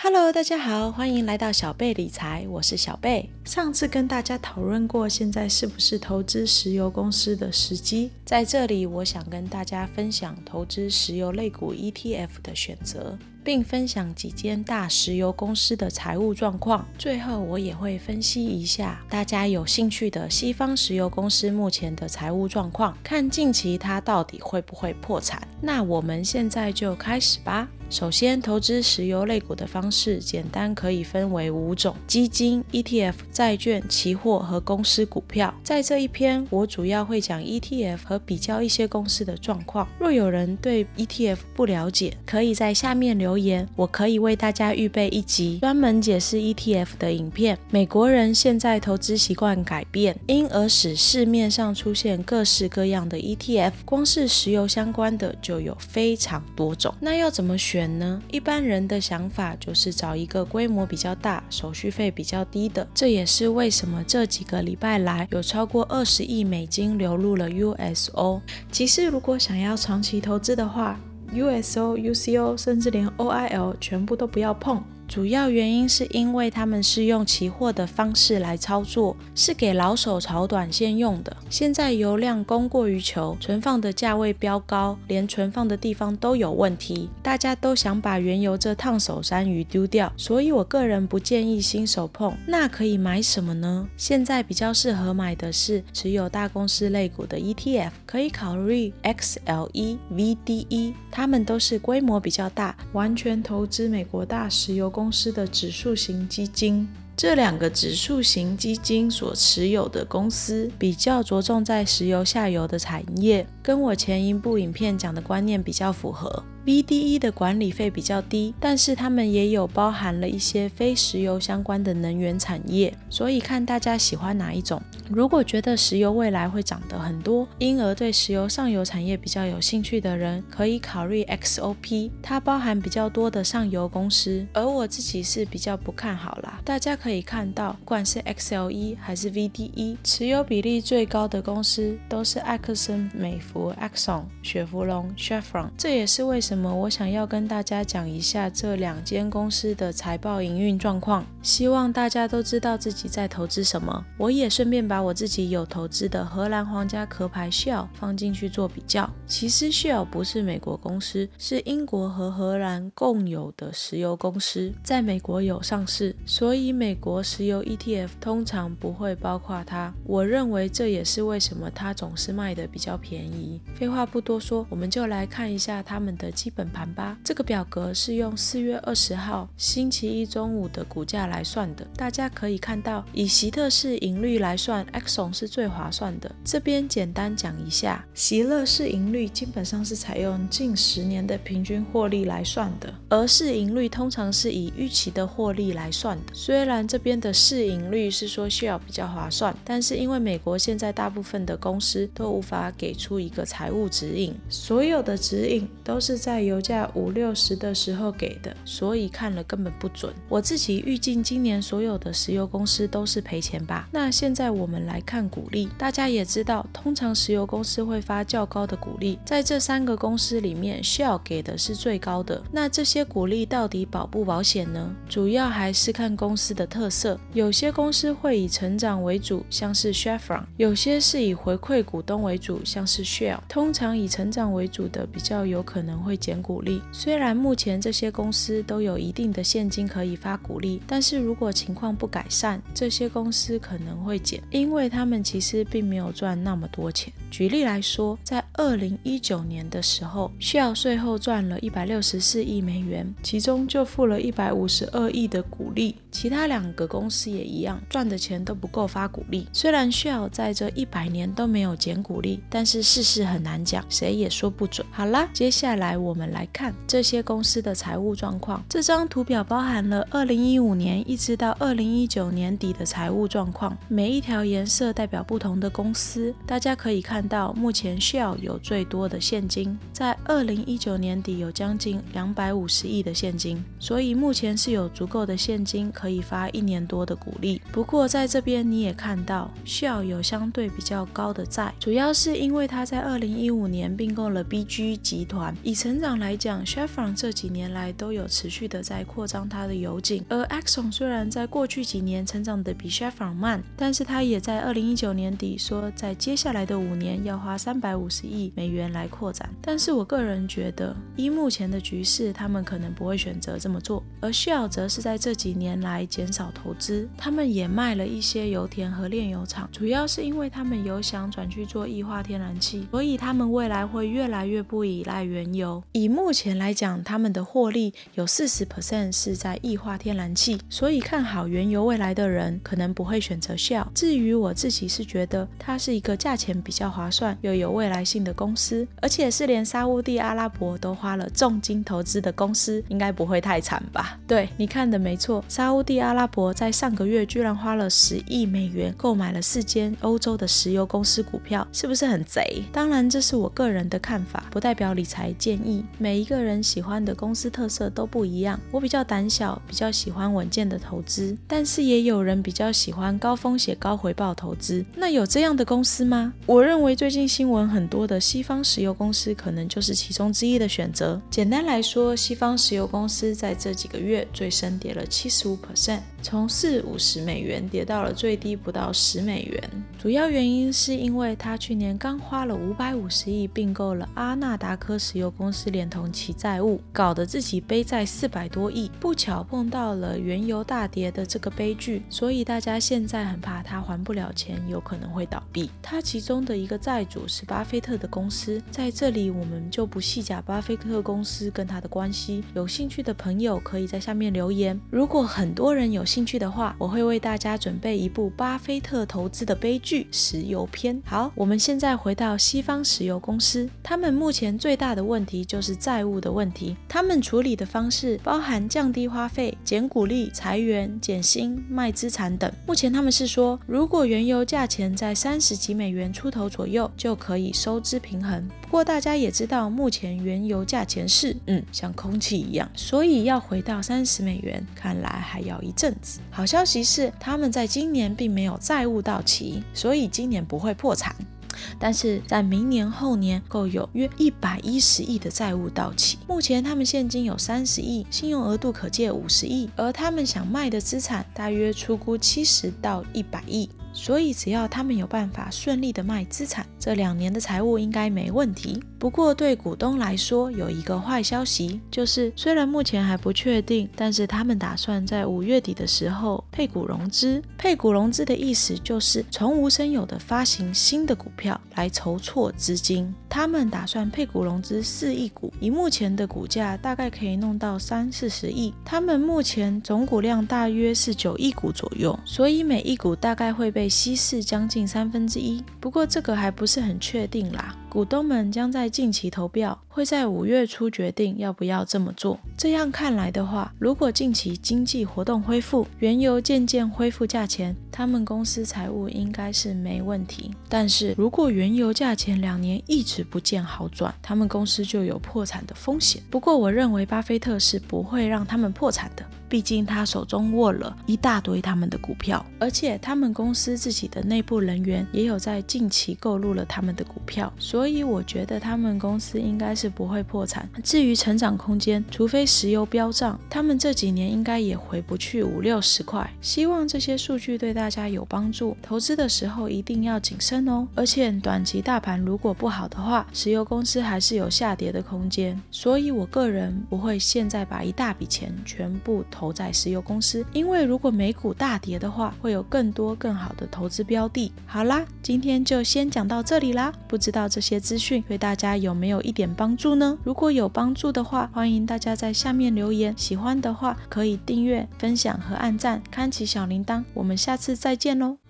Hello， 大家好，欢迎来到小贝理财，我是小贝。上次跟大家讨论过，现在是不是投资石油公司的时机？在这里，我想跟大家分享投资石油类股 ETF 的选择，并分享几间大石油公司的财务状况。最后，我也会分析一下大家有兴趣的西方石油公司目前的财务状况，看近期它到底会不会破产。那我们现在就开始吧。首先，投资石油类股的方式简单可以分为5种：基金、ETF、债券、期货和公司股票。在这一篇，我主要会讲 ETF 和比较一些公司的状况。若有人对 ETF 不了解，可以在下面留言，我可以为大家预备一集专门解释 ETF 的影片。美国人现在投资习惯改变，因而使市面上出现各式各样的 ETF， 光是石油相关的就有非常多种。那要怎么选呢？一般人的想法就是找一个规模比较大、手续费比较低的，这也是为什么这几个礼拜来有超过20亿美金流入了 USO。 其实如果想要长期投资的话， USO、UCO 甚至连 OIL 全部都不要碰。主要原因是因为他们是用期货的方式来操作，是给老手炒短线用的。现在油量供过于求，存放的价位飙高，连存放的地方都有问题，大家都想把原油这烫手山芋丢掉，所以我个人不建议新手碰。那可以买什么呢？现在比较适合买的是持有大公司类股的 ETF， 可以考虑 XLE、VDE， 它们都是规模比较大，完全投资美国大石油公司的指数型基金。这2个指数型基金所持有的公司比较着重在石油下游的产业，跟我前一部影片讲的观念比较符合。VDE 的管理费比较低，但是他们也有包含了一些非石油相关的能源产业，所以看大家喜欢哪一种。如果觉得石油未来会涨得很多，因而对石油上游产业比较有兴趣的人，可以考虑 XOP， 它包含比较多的上游公司，而我自己是比较不看好啦。大家可以看到，不管是 XLE 还是 VDE， 持有比例最高的公司都是埃克森美孚、Exxon、雪佛龙、Chevron。这也是为什么我想要跟大家讲一下这2间公司的财报营运状况，希望大家都知道自己在投资什么。我也顺便把我自己有投资的荷兰皇家壳牌 Shell 放进去做比较。其实 Shell 不是美国公司，是英国和荷兰共有的石油公司，在美国有上市，所以美国石油 ETF 通常不会包括它。我认为这也是为什么它总是卖的比较便宜。废话不多说，我们就来看一下他们的基本盘吧。这个表格是用4月20号星期一中午的股价来算的。大家可以看到，以希特氏盈率来算， Exxon 是最划算的。这边简单讲一下，希特氏盈率基本上是采用近10年的平均获利来算的，而市盈率通常是以预期的获利来算的。虽然这边的市盈率是说Shell比较划算，但是因为美国现在大部分的公司都无法给出一个财务指引，所有的指引都是在油价50-60的时候给的，所以看了根本不准。我自己预计今年所有的石油公司都是赔钱吧。那现在我们来看股利，大家也知道，通常石油公司会发较高的股利，在这3个公司里面 Shell 给的是最高的。那这些股利到底保不保险呢？主要还是看公司的特色，有些公司会以成长为主，像是 Chevron， 有些是以回馈股东为主，像是 Shell。 通常以成长为主的比较有可能会减股利。虽然目前这些公司都有一定的现金可以发股利，但是如果情况不改善，这些公司可能会减，因为他们其实并没有赚那么多钱。举例来说，在2019年的时候， Shell 税后赚了164亿美元，其中就付了152亿的股利。其他2个公司也一样，赚的钱都不够发股利。虽然 Shell 在这100年都没有减股利，但是世事很难讲，谁也说不准。好啦，接下来我们来看这些公司的财务状况。这张图表包含了2015年一直到2019年底的财务状况，每一条颜色代表不同的公司。大家可以看到，目前 Shell 有最多的现金，在2019年底有将近250亿的现金，所以目前是有足够的现金可可以发1年多的股利。不过在这边你也看到 Shell 有相对比较高的债，主要是因为它在2015年并购了 BG 集团。以成长来讲， Chevron 这几年来都有持续的在扩张它的油井，而 Exxon 虽然在过去几年成长的比 Chevron 慢，但是它也在2019年底说在接下来的5年要花350亿美元来扩展。但是我个人觉得依目前的局势，他们可能不会选择这么做。而 Shell 则是在这几年来减少投资，他们也卖了一些油田和炼油厂，主要是因为他们有想转去做液化天然气，所以他们未来会越来越不依赖原油。以目前来讲，他们的获利有 40% 是在液化天然气，所以看好原油未来的人可能不会选择 Shell。 至于我自己是觉得它是一个价钱比较划算又有未来性的公司，而且是连沙烏地阿拉伯都花了重金投资的公司，应该不会太惨吧？对，你看的没错，沙烏地阿拉伯在上个月居然花了10亿美元购买了4间欧洲的石油公司股票，是不是很贼？当然这是我个人的看法，不代表理财建议，每一个人喜欢的公司特色都不一样。我比较胆小，比较喜欢稳健的投资，但是也有人比较喜欢高风险高回报投资。那有这样的公司吗？我认为最近新闻很多的西方石油公司可能就是其中之一的选择。简单来说，西方石油公司在这几个月最深跌了 75%， 从450美元跌到了最低不到10美元。主要原因是因为他去年刚花了550亿并购了阿纳达科石油公司，连同其债务，搞得自己背债400多亿。不巧碰到了原油大跌的这个悲剧，所以大家现在很怕他还不了钱，有可能会倒闭。他其中的一个债主是巴菲特的公司，在这里我们就不细讲巴菲特公司跟他的关系，有兴趣的朋友可以在下面留言。如果很多人有兴趣的话，我会为大家准备一部巴菲特投资的悲剧石油篇。好，我们现在回到西方石油公司，他们目前最大的问题就是债务的问题。他们处理的方式包含降低花费、减股利、裁员、减薪、卖资产等。目前他们是说，如果原油价钱在30几美元出头左右，就可以收支平衡。不过大家也知道，目前原油价钱是像空气一样，所以要回到30美元，看来还要一阵子。好消息是，他们在今年并没有债务到期，所以今年不会破产。但是在明年后年够有约110亿的债务到期。目前他们现金有30亿，信用额度可借50亿，而他们想卖的资产大约初估70到100亿。所以只要他们有办法顺利的卖资产，这2年的财务应该没问题。不过对股东来说有一个坏消息，就是虽然目前还不确定，但是他们打算在5月底的时候配股融资。配股融资的意思就是从无生有的发行新的股票来筹措资金。他们打算配股融资4亿股，以目前的股价大概可以弄到30-40亿。他们目前总股量大约是9亿股左右，所以每一股大概会被稀释将近1/3。不过这个还不是很确定啦，股东们将在近期投票，会在5月初决定要不要这么做。这样看来的话，如果近期经济活动恢复，原油渐渐恢复价钱，他们公司财务应该是没问题。但是如果原油价钱2年一直不见好转，他们公司就有破产的风险。不过我认为巴菲特是不会让他们破产的，毕竟他手中握了一大堆他们的股票，而且他们公司自己的内部人员也有在近期购入了他们的股票，所以我觉得他们公司应该是不会破产。至于成长空间，除非石油飙涨，他们这几年应该也回不去50-60块。希望这些数据对大家有帮助，投资的时候一定要谨慎哦。而且短期大盘如果不好的话，石油公司还是有下跌的空间，所以我个人不会现在把一大笔钱全部投在石油公司，因为如果美股大跌的话，会有更多更好的投资标的。好啦，今天就先讲到这里啦，不知道这些资讯对大家有没有一点帮助呢？如果有帮助的话，欢迎大家在下面留言，喜欢的话可以订阅、分享和按赞，开启小铃铛。我们下次再见咯。